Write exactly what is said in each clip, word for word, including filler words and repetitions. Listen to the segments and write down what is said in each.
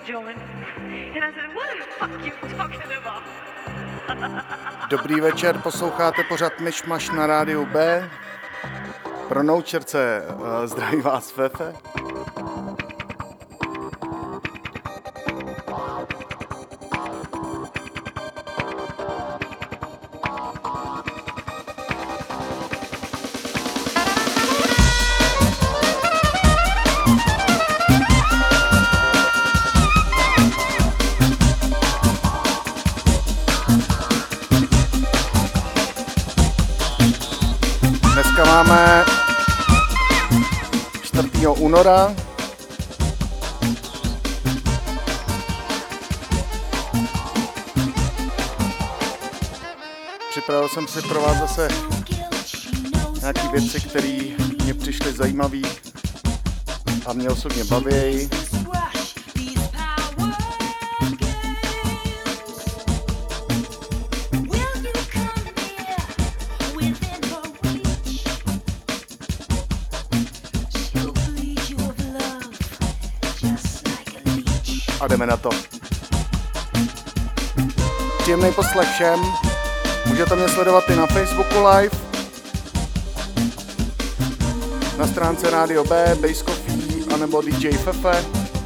joint. And I said, what the fuck you talking about? Dobrý večer, posloucháte pořad Myšmaš na rádiu B. Pro noučerce zdraví vás Fefe. Máme čtvrtého února. Připravil jsem si pro vás zase nějaké věci, které mě přišly zajímavé a mě osobně baví. A jdeme na to. Příjemný poslech všem. Můžete mě sledovat i na Facebooku live, na stránce Radio B, Bass Coffee, anebo D J Fefe.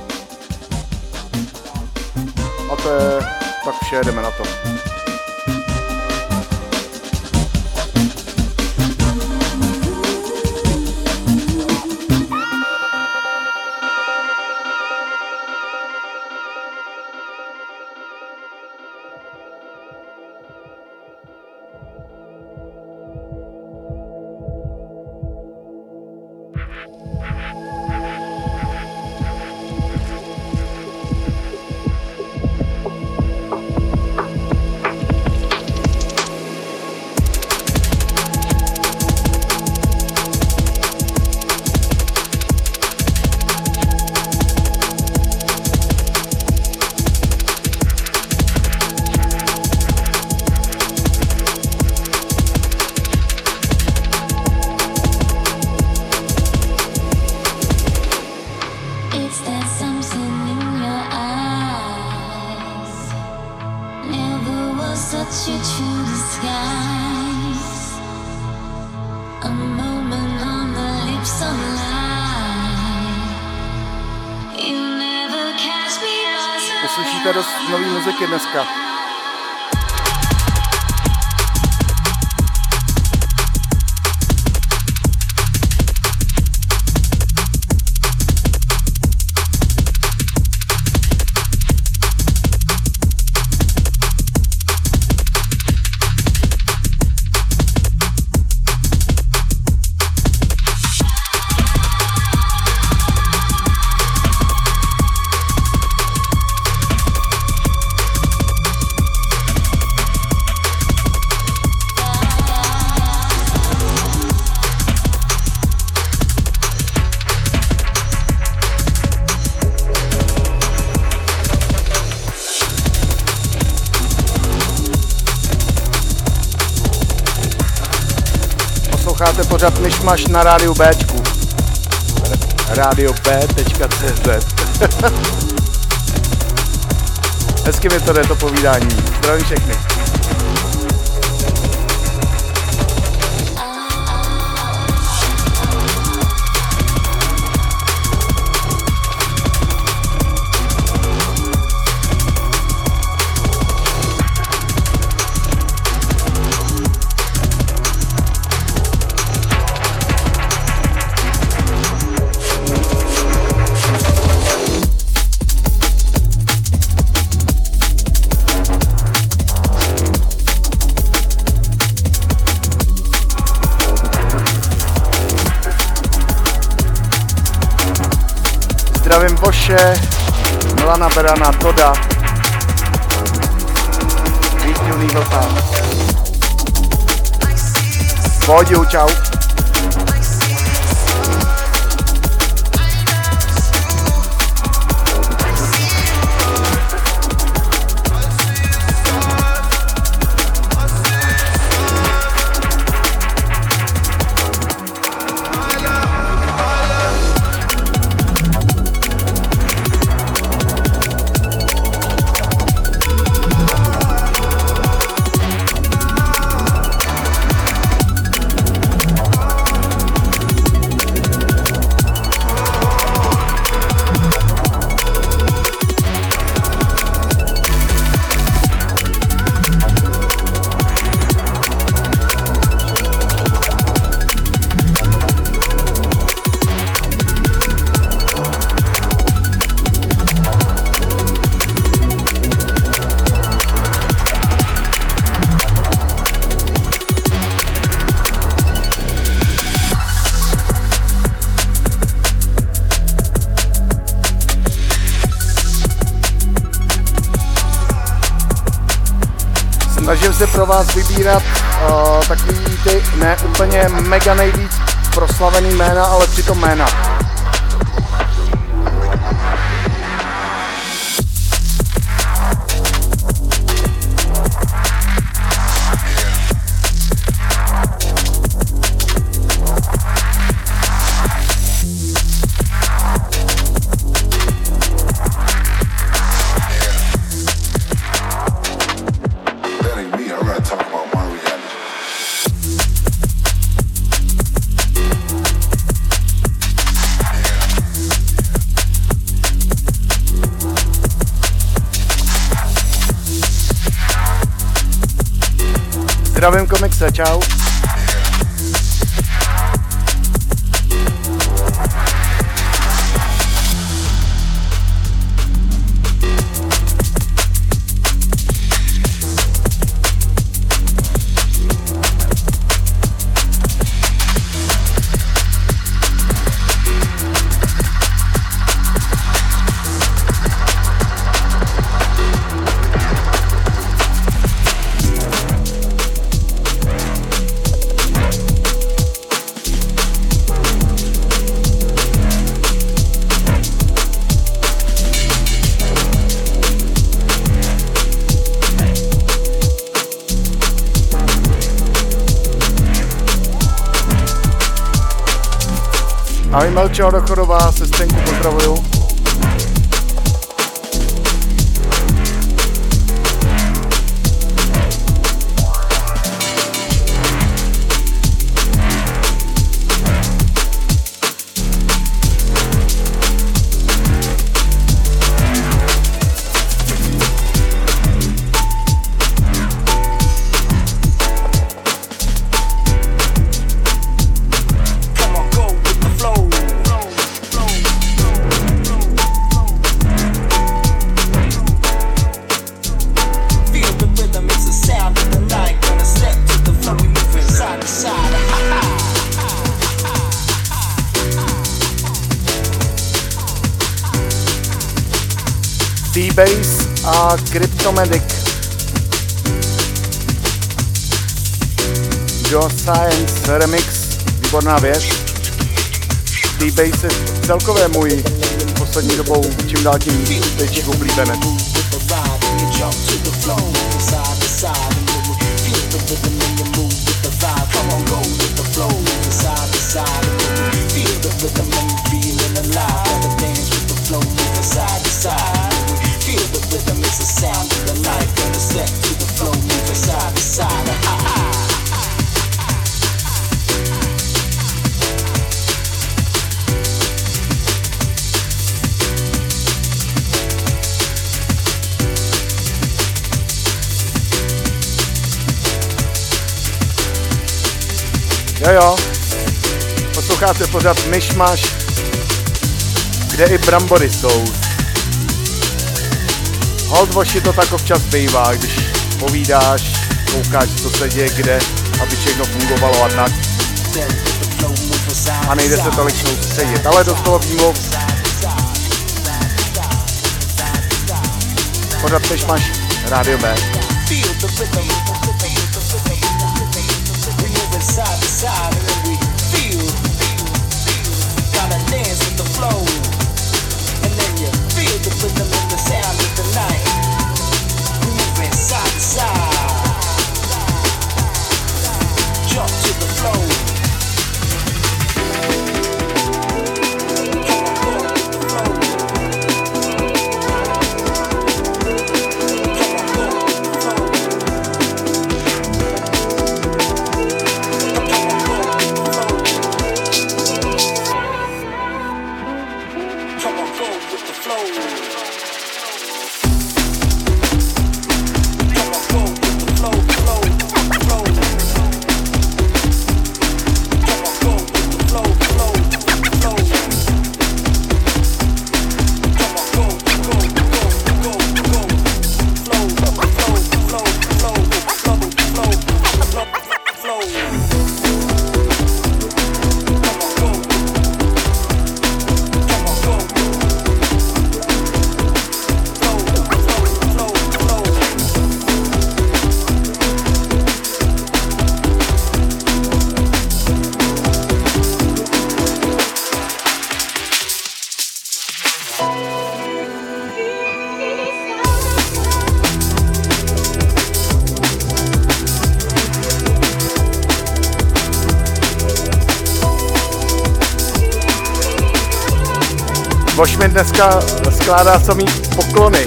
A to je tak vše, jdeme na to. Uslyšíte dost nový muziky dneska. Posloucháte pořád Myšmaš na rádiu Bčku. radio b tečka cé zet. Hezky mi to jde, to povídání. Zdravím všechny. Zdravím Boše, Milana Berana, Toda, Výstělný vlta. Pohodě, čau. snažím se pro vás vybírat uh, takový ty ne úplně mega nejvíc proslavený jména, ale přitom jména. Zdravím komikse, čau. Ahoj Melčo Dochodová, sestřenku pozdravuju. T-Base a Cryptomedic. Joe Science Remix, výborná věc. T-Base je celkově můj poslední dobou čím dál tím větší oblíbenec. Jo jo, posloucháte pořád Myšmaš, kde i brambory jsou. Holdvoši to tak občas bývá, když povídáš, koukáš, co se děje, kde, aby všechno fungovalo a tak. A nejde se tolik soustředit, ale dostalo výmluv. Pořád Myšmaš, Rádio B. Side to side, and then we feel, gotta dance with the flow, and then you feel the rhythm and the sound of the night, moving side to side, jump to the flow. Bož mi dneska skládá samý poklony.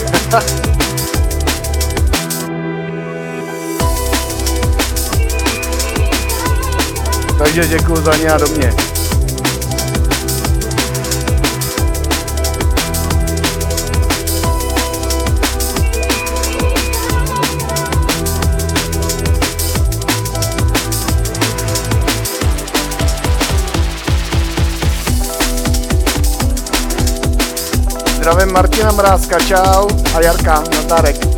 Takže děkuju za ně a do mě. Zdravím Martina Mrázka, čau, a Jarka, nazdárek.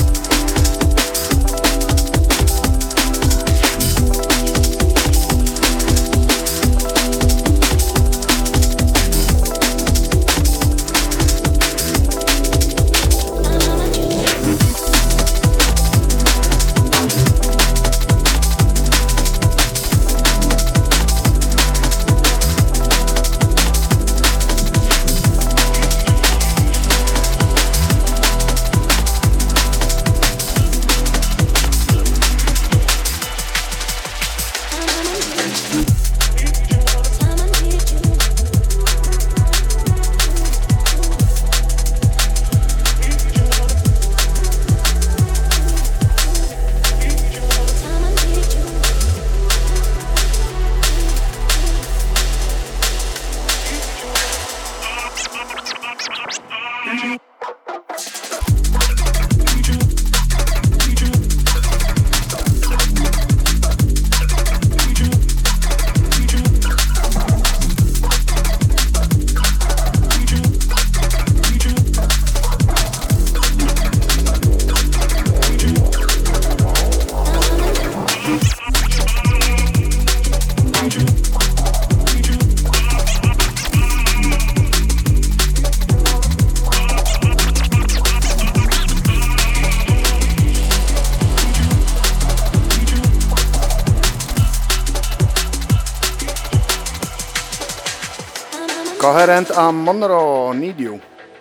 Coherent a Monroe, Need You.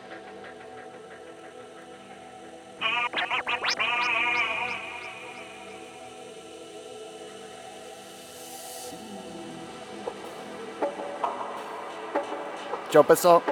Čau, Peso.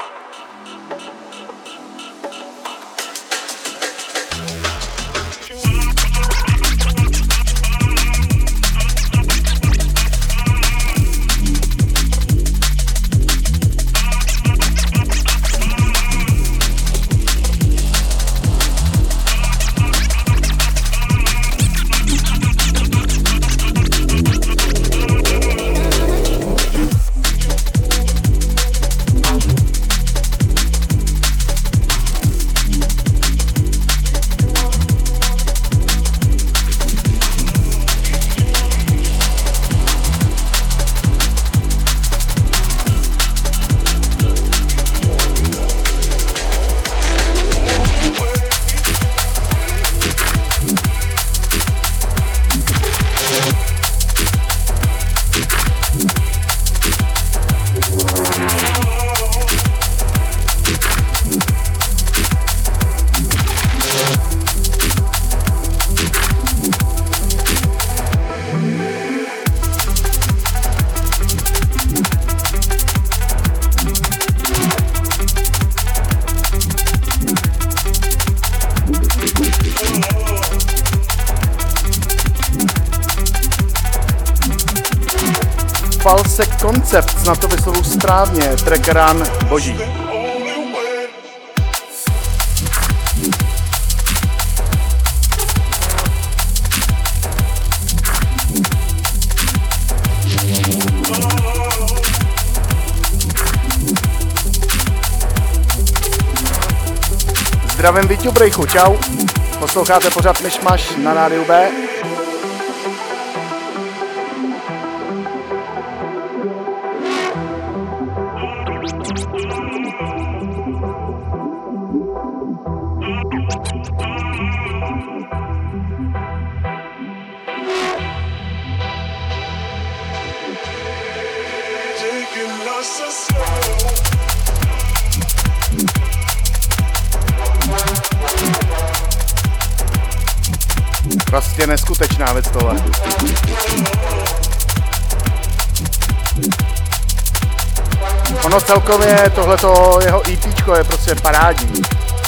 False Concept, snad to vyslovu správně, track Run, boží. Zdravím Víťu Brejchu, čau. Posloucháte pořád Myšmaš na rádiu B. Prostě neskutečná věc tohle. Ono celkově tohleto jeho EPčko je prostě parádní.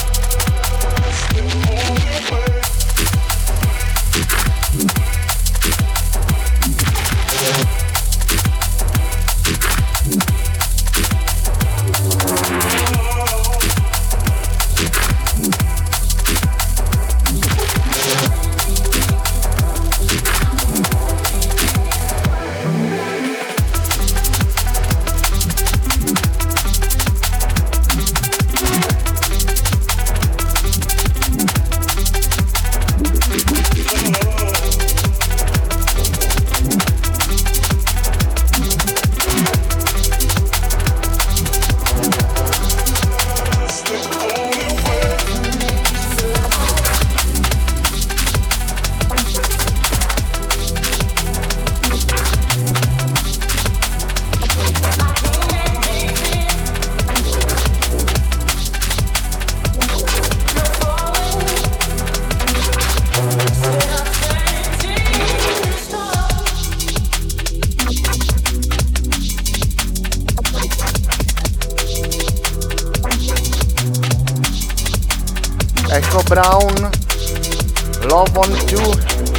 Echo Brown, Love on You.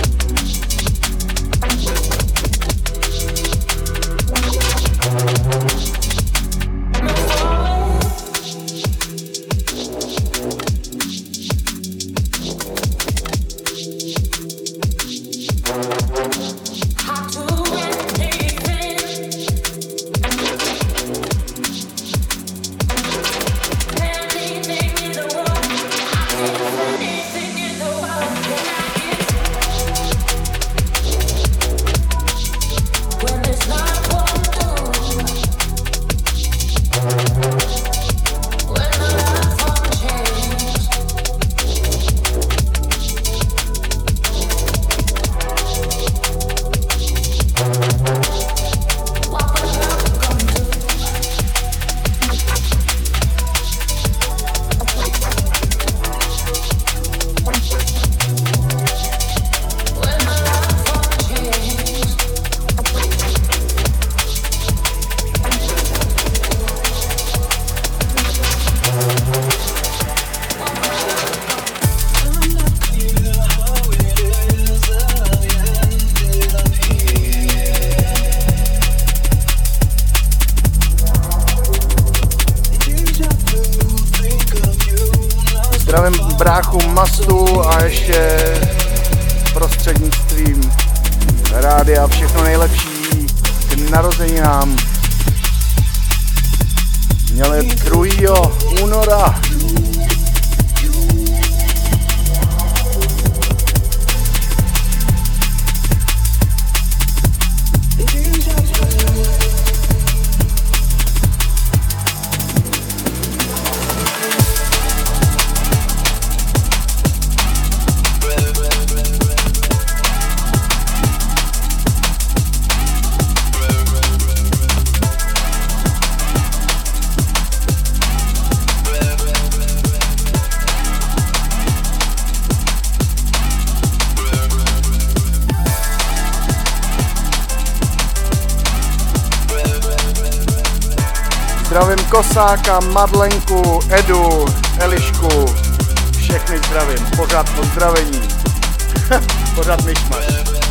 Zdravím bráchu Mastu a ještě prostřednictvím rádia všechno nejlepší k narozeninám. Měli druhého února. Zdravím Kosáka, Madlenku, Edu, Elišku, všechny zdravím, pořád pozdravení, pořád myšmaš.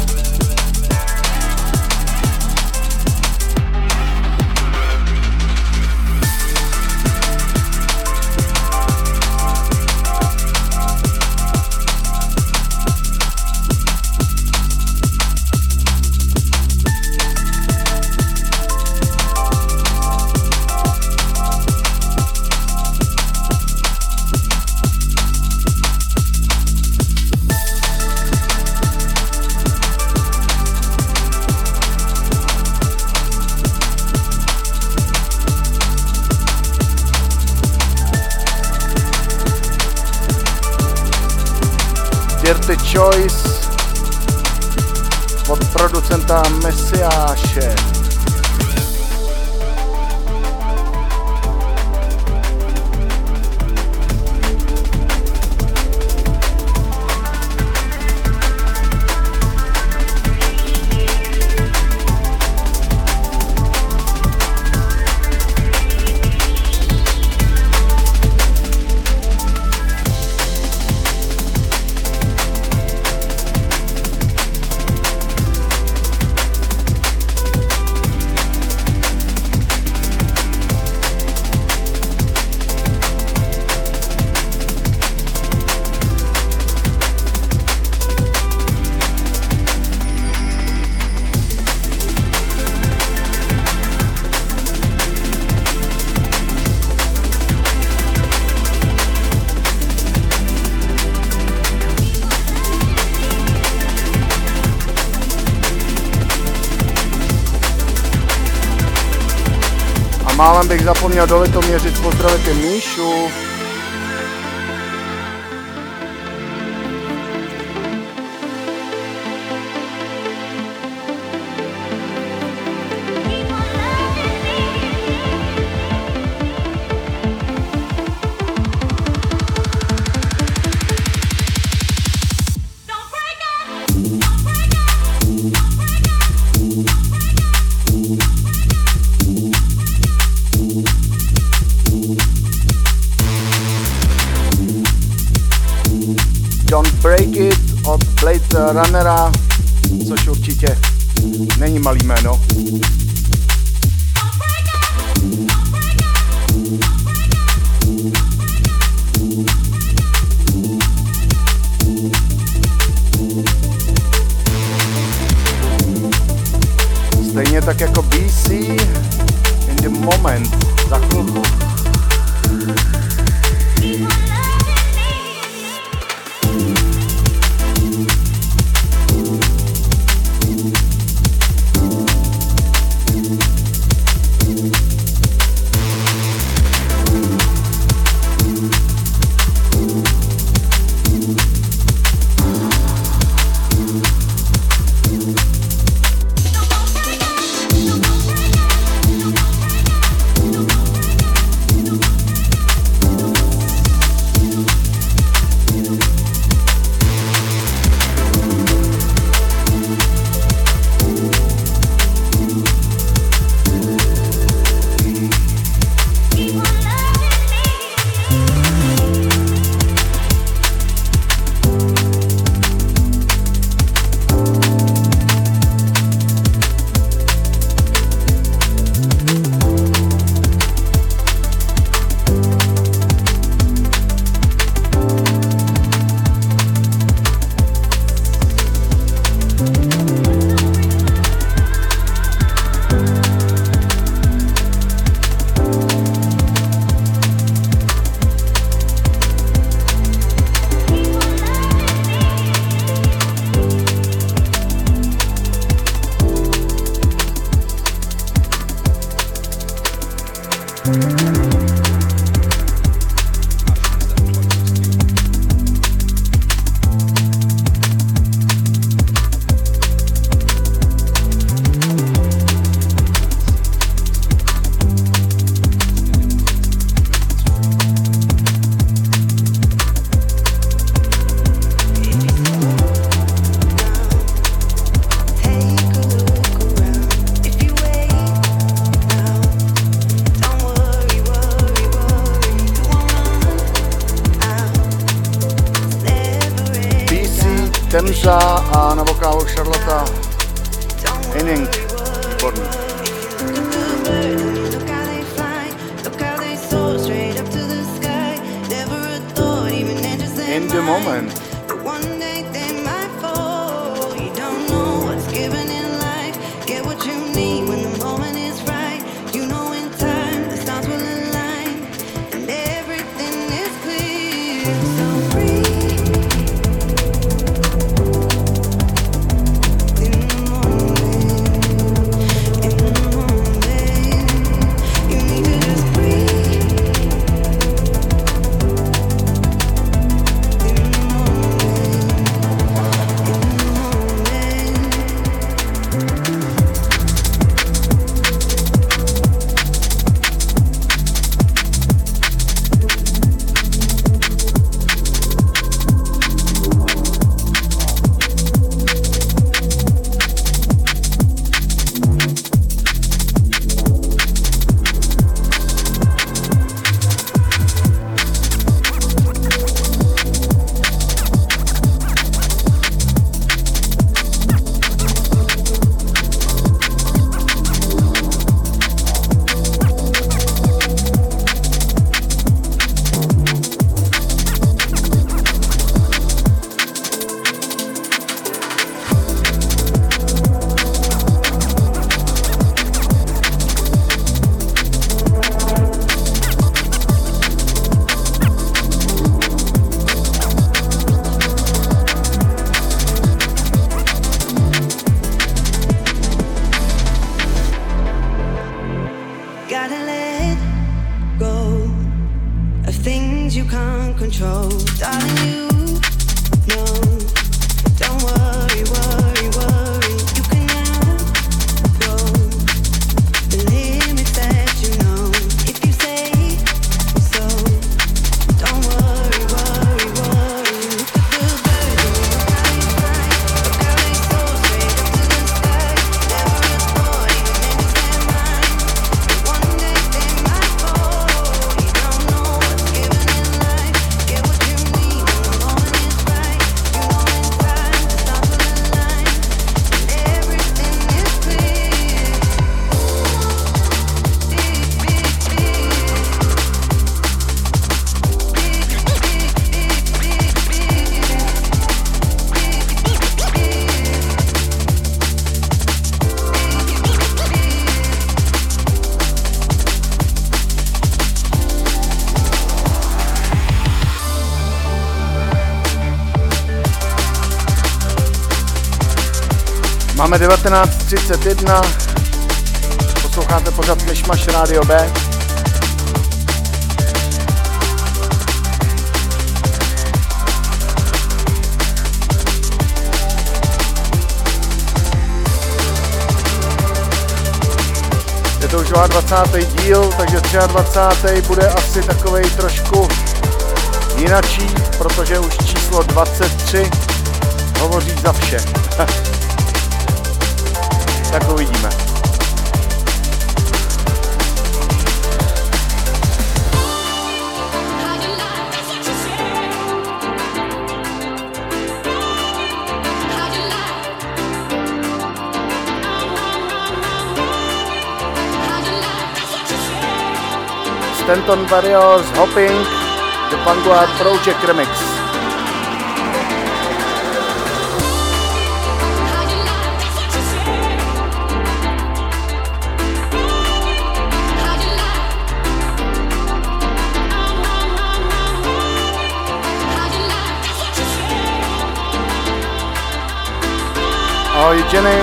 Dirty Choice od producenta Mesiáše. Málem bych zapomněl do Litoměřic pozdravit i Míšu. Break It od Blade Runnera, což určitě není malý jméno. Stejně tak jako B C In The Moment za chvilku. Temza a na vokálu Charlotte Inning. Výborný. In the moment. Thank things you can't control. Darling, you know. Don't worry, worry, worry. You can outgrow the limits that you know. If you say so. Don't worry, worry, worry. Look at the bird in your sky fly. Look how they soar straight up to the sky. Never a thought even made me stand mine. But one day they might fall. You don't know what's given in life. Get what you need when the moment is right. You know in time to stop on the line, and everything is clear. Big, big, big. Máme devatenáct třicet jedna, posloucháte pořad Myšmaš Rádio B. Je to už dvacátý díl, takže dvacátý třetí bude asi takovej trošku jinačí, protože už číslo dvacet tři hovoří za vše. Tak uvidíme. Stanton Warriors Hopping, The Vanguard Project Remix. Ahoj Jenny.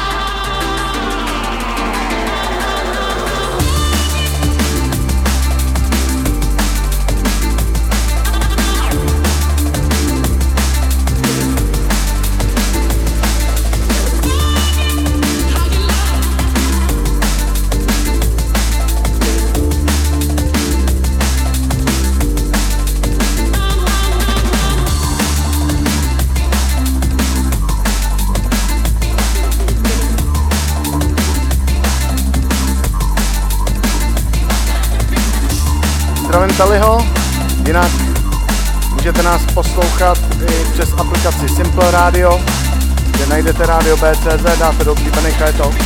Taliho, jinak můžete nás poslouchat i přes aplikaci Simple Radio, kde najdete Radio B C Z, dáte do oblíbených a je to.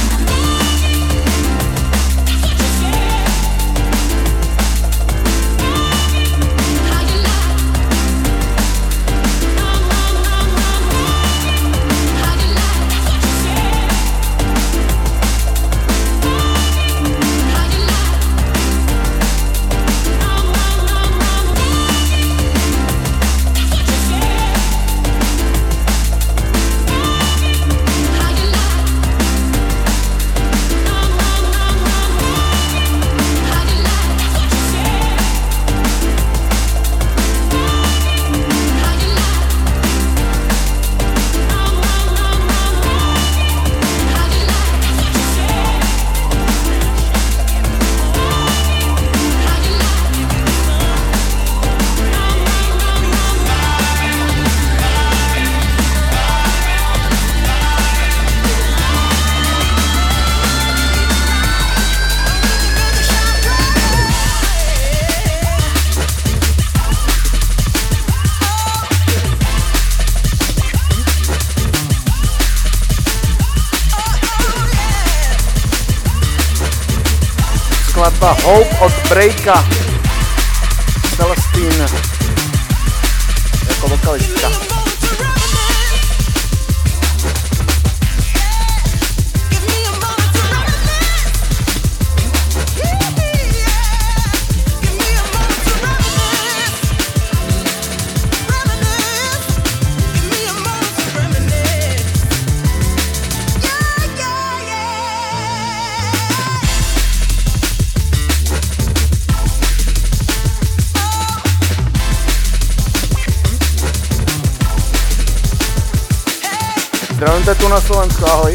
Skladba Hope od Breaka, Celestine jako vokalistka. Oh Zdravím tu na Slovensku, ahoj.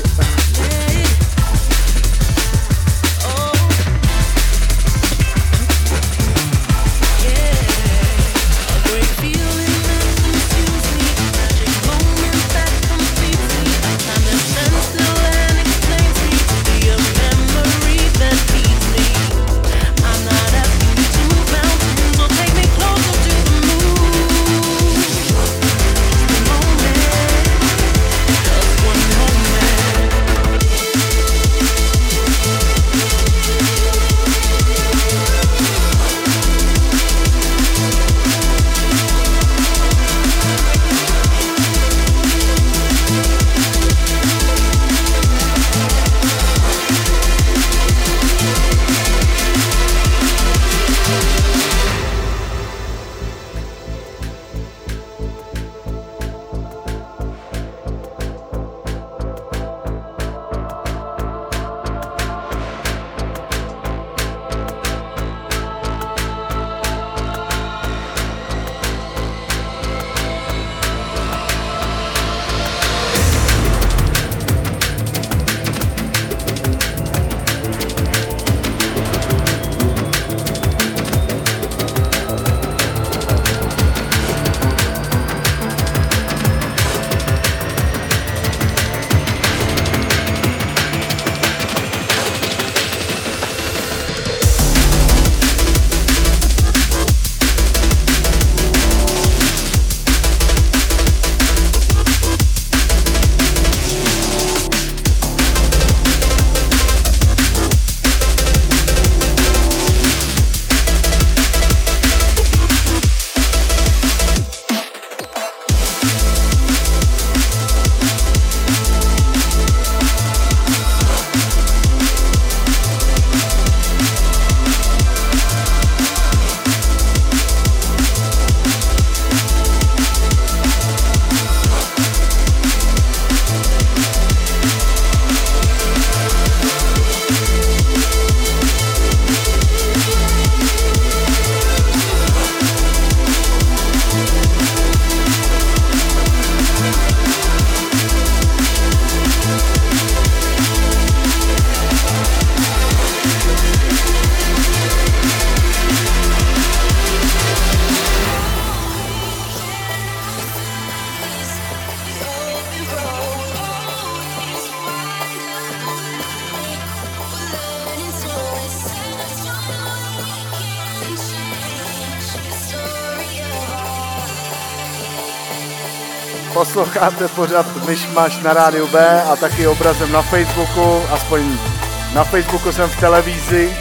Posloucháte pořád Myšmaš na rádiu B a taky obrazem na Facebooku, aspoň na Facebooku jsem v televizi.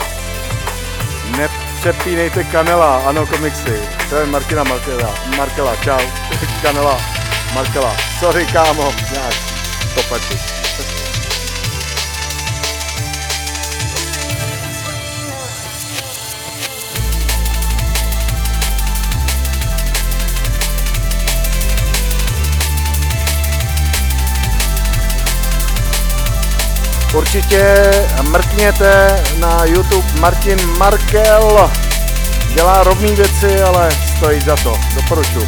Nepřepínejte Kanela, ano komiksy. To je Martina Markela, Markela, čau. Kanela, Markela, sorry kámo, nějak topetu. Určitě mrkněte na YouTube Martin Markel. Dělá rovný věci, ale stojí za to. Doporučuji.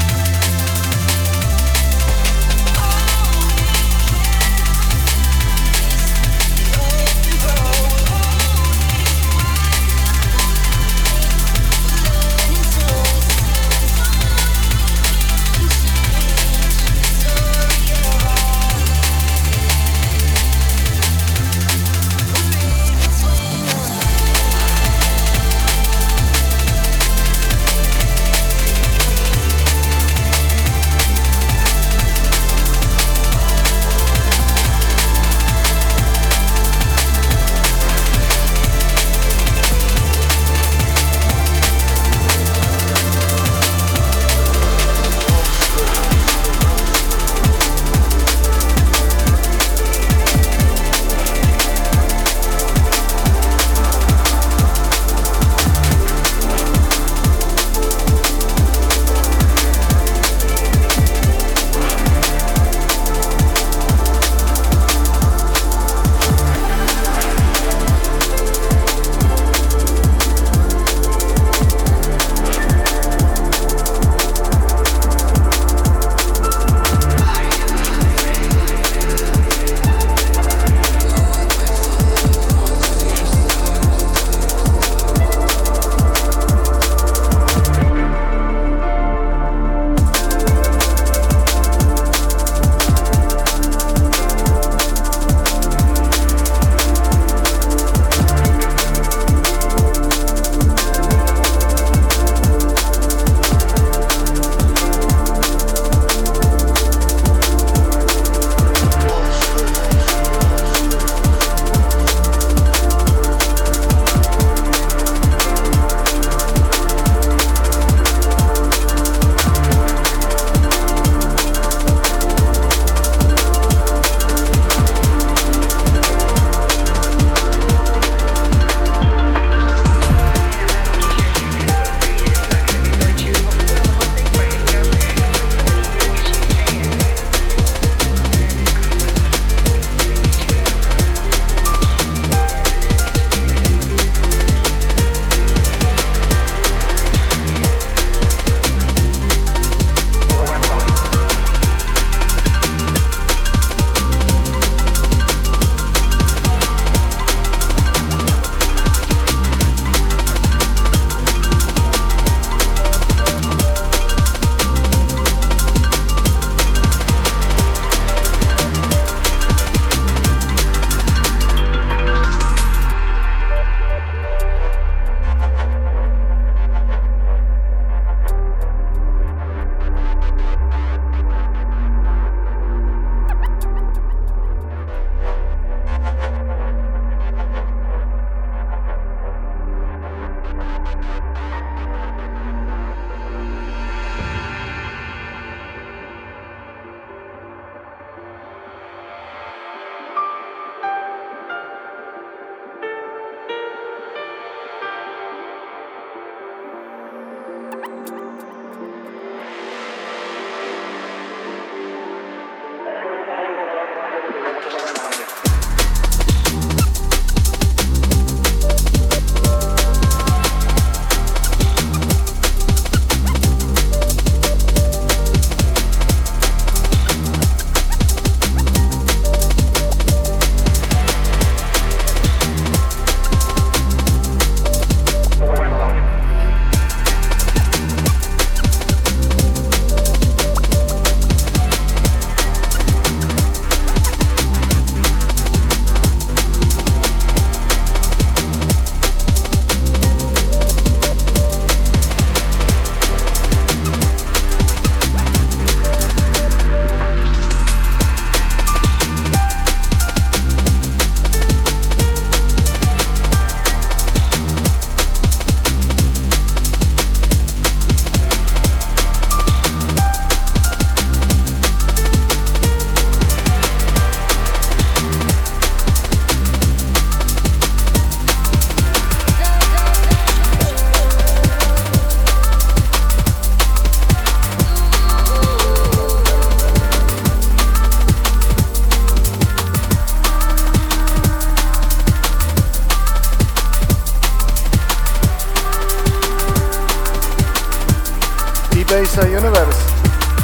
Base Universe.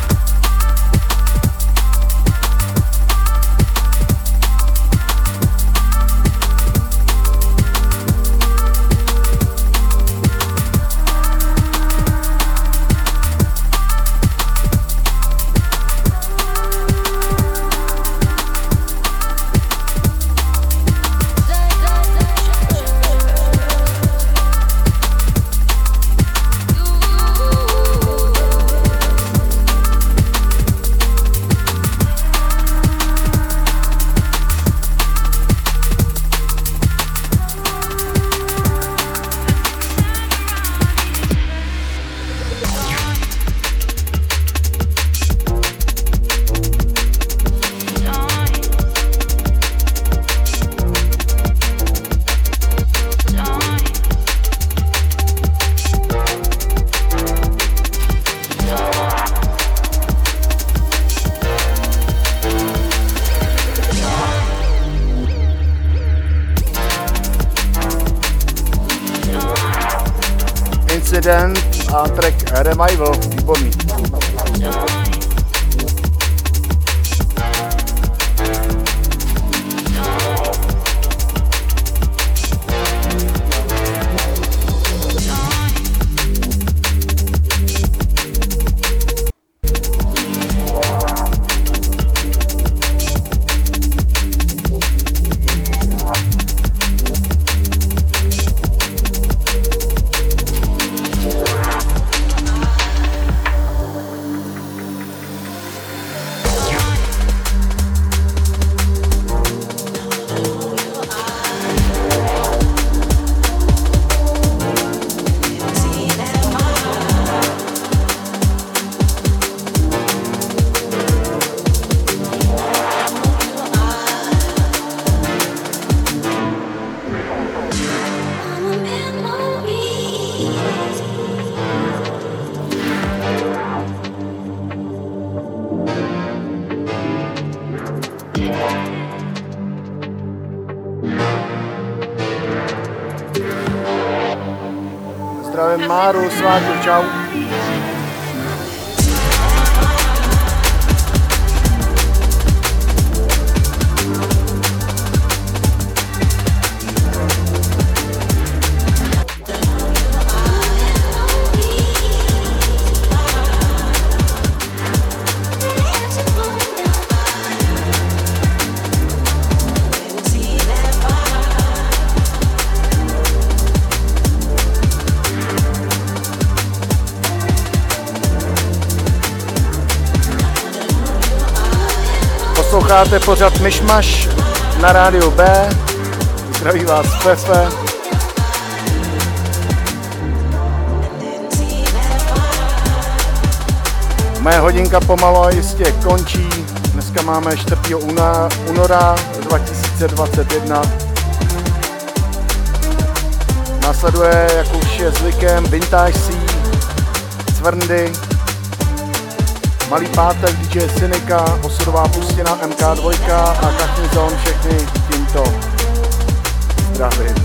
Incident a track Revival, výborný. Zdravím Máru, Sváťu, čau. Posloucháte pořad Myšmaš na rádiu B. Zdraví vás Fefe. Moje hodinka pomalu a jistě končí. Dneska máme čtvrtého února dva tisíce dvacet jedna. Následuje, jak už je zvykem, Vintage C, Cvrndy, Malý pátek, D J Cynika, Osudová pustina, M K dva a Kachní zón, všechny tímto zdravím.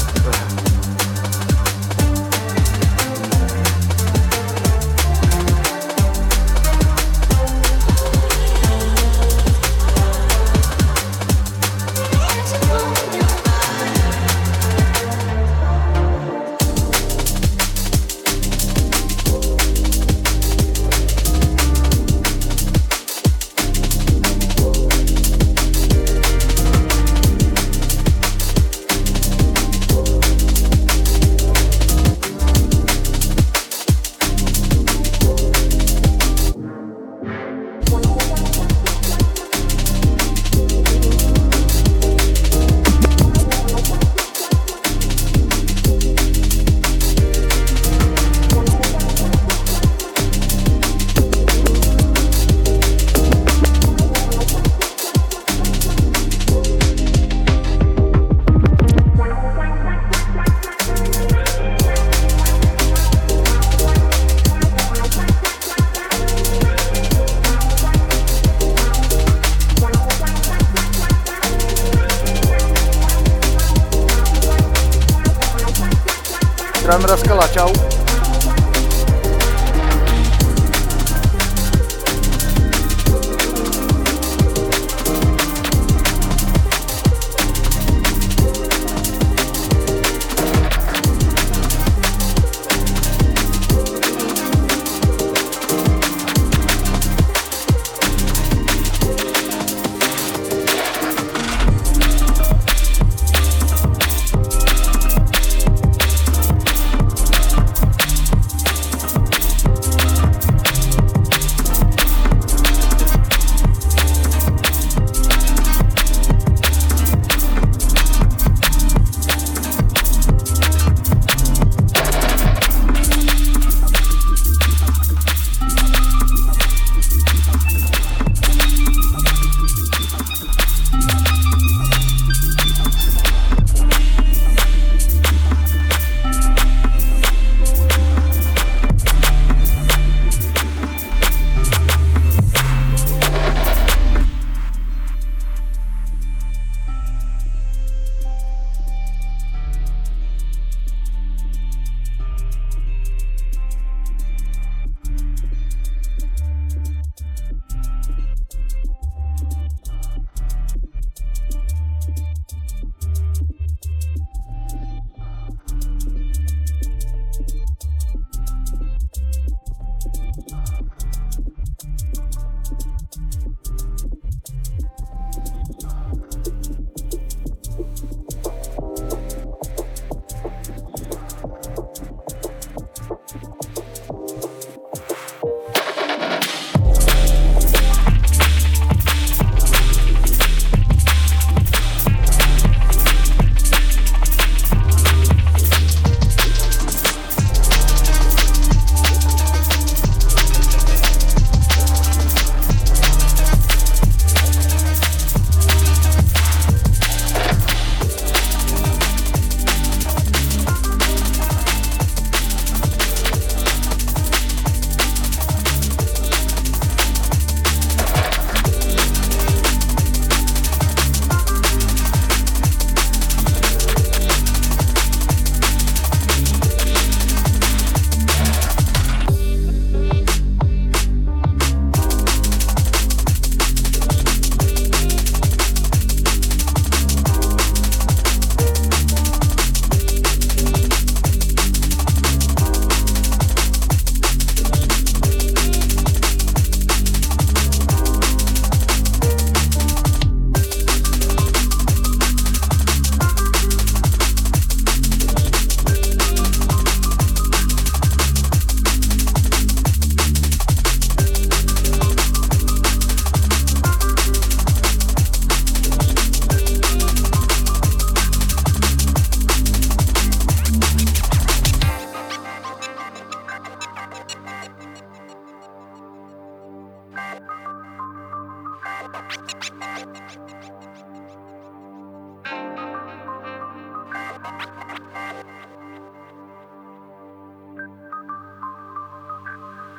Zdravím Raskala, čau.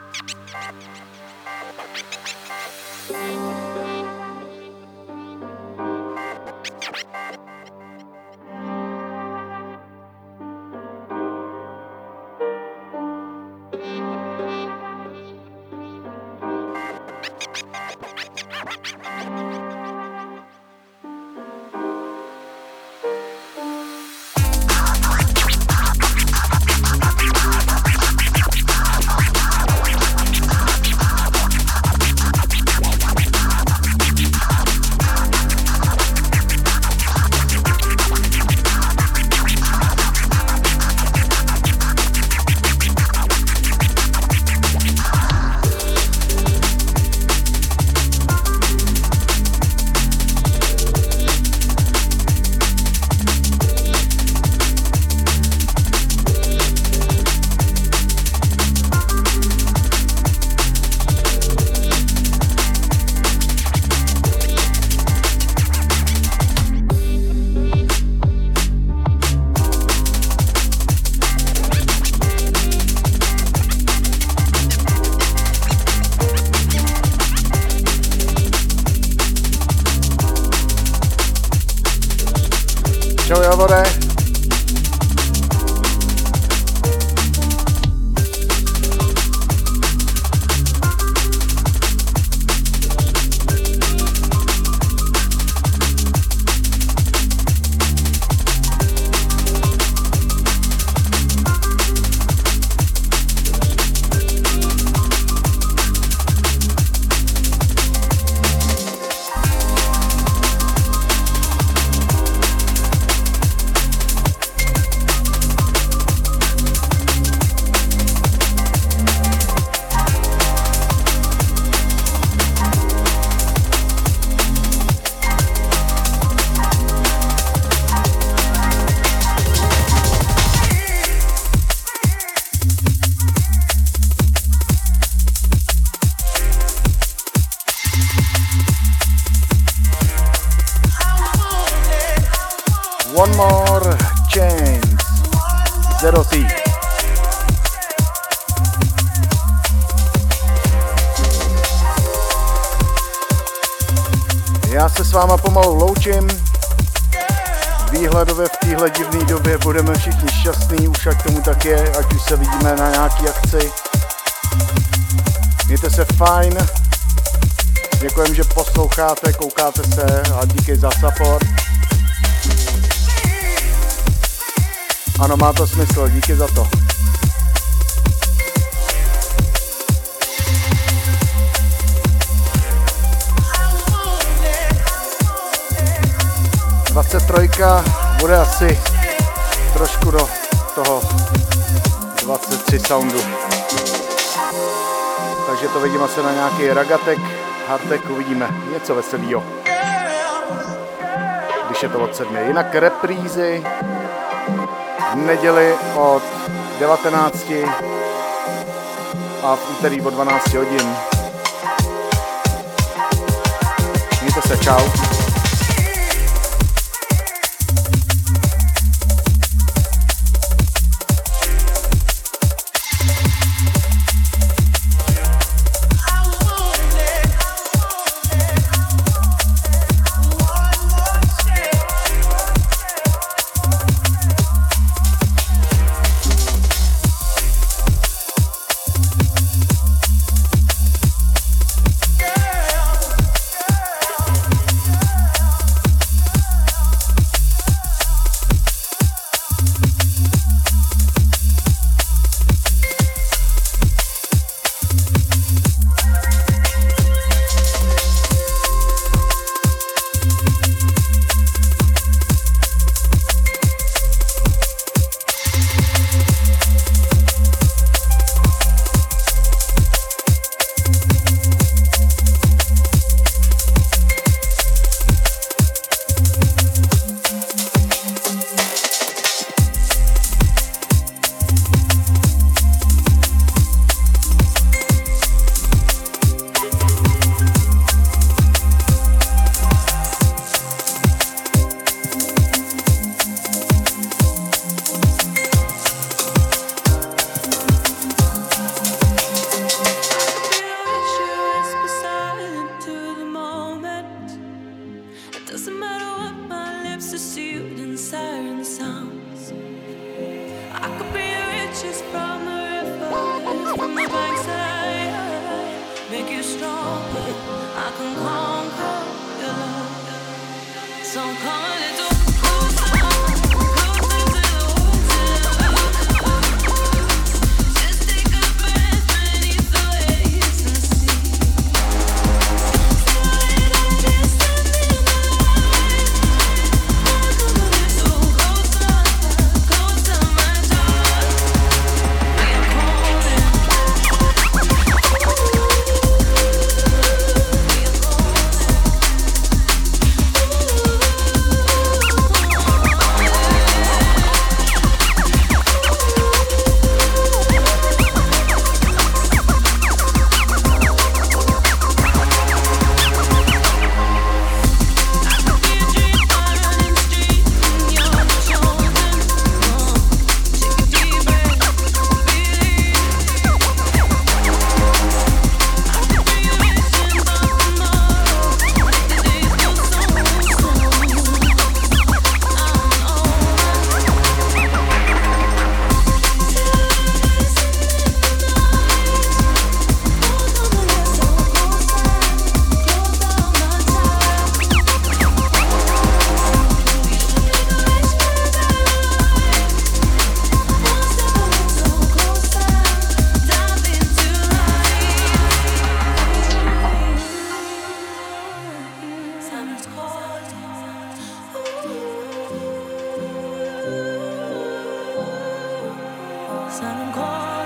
Čau Javore. One more chance. Zero T. Já se s váma pomalu loučím. Výhledově v téhle divné době budeme všichni šťastní, už jak tomu tak je, ať už se vidíme na nějaký akci. Mějte se fajn. Děkujem, že posloucháte, koukáte se a díky za support. Ano, má to smysl, díky za to. dvacet tři bude asi trošku do toho dvacet tři soundu. Takže to vidím asi na nějaký ragatek, hardtek, uvidíme něco veselýho. Když je to od sedmi. Jinak reprízy v neděli od devatenácti a v úterý od dvanácti hodin. Mějte se, čau. 나는 걸